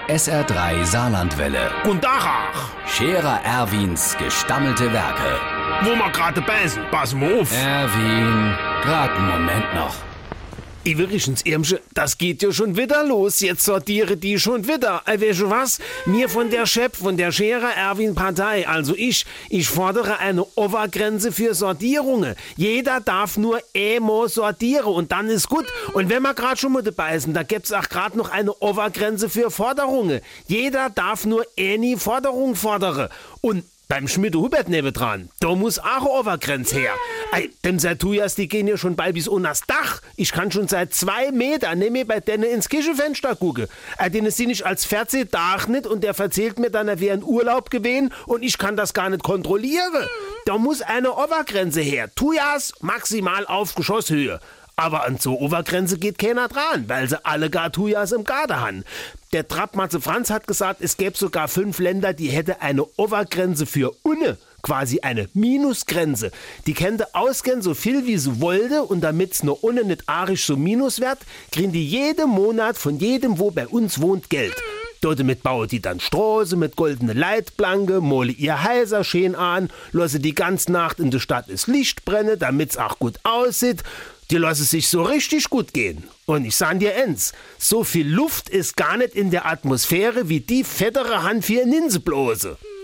SR3 Saarlandwelle. Guten Tag, ach. Scherer Erwins gestammelte Werke. Wo wir gerade beißen, pass mal auf. Erwin, grad einen Moment noch. Übrigens, Irmsche, das geht ja schon wieder los. Jetzt sortiere die schon wieder. Weißt du was? Mir von der Chef, von der Scherer Erwin Partei, also ich fordere eine Obergrenze für Sortierungen. Jeder darf nur einmal sortieren und dann ist gut. Und wenn wir gerade schon mal dabei sind, da gibt's auch gerade noch eine Obergrenze für Forderungen. Jeder darf nur eine Forderung fordern. Und beim Schmidt-Hubert nebendran, da muss auch eine Obergrenze her. Dem Sertujas, die gehen ja schon bald bis unters Dach. Ich kann schon seit 2 Metern nicht mehr bei denen ins Küchenfenster gucken. Den sehe ich als Fernsehdach nicht und der erzählt mir dann, er wäre in Urlaub gewesen und ich kann das gar nicht kontrollieren. Da muss eine Obergrenze her. Tujas maximal auf Geschosshöhe. Aber an so Obergrenze geht keiner dran, weil sie alle gar Tujas im Garten haben. Der Trappmatze Franz hat gesagt, es gäbe sogar 5 Länder, die hätte eine Obergrenze für Unne, quasi eine Minusgrenze. Die könnte ausgehen so viel wie sie wollte und damit's nur Unne nicht arisch so minus wird, kriegen die jeden Monat von jedem, wo bei uns wohnt, Geld. Damit bauen die dann Straße mit goldene Leitplanke, mole ihr Häuser schön an, lasse die ganze Nacht in der Stadt das Licht brennen, damit's auch gut aussieht. Die lassen sich so richtig gut gehen. Und ich sag dir eins, so viel Luft ist gar nicht in der Atmosphäre wie die fettere Hand für eine Ninseblose.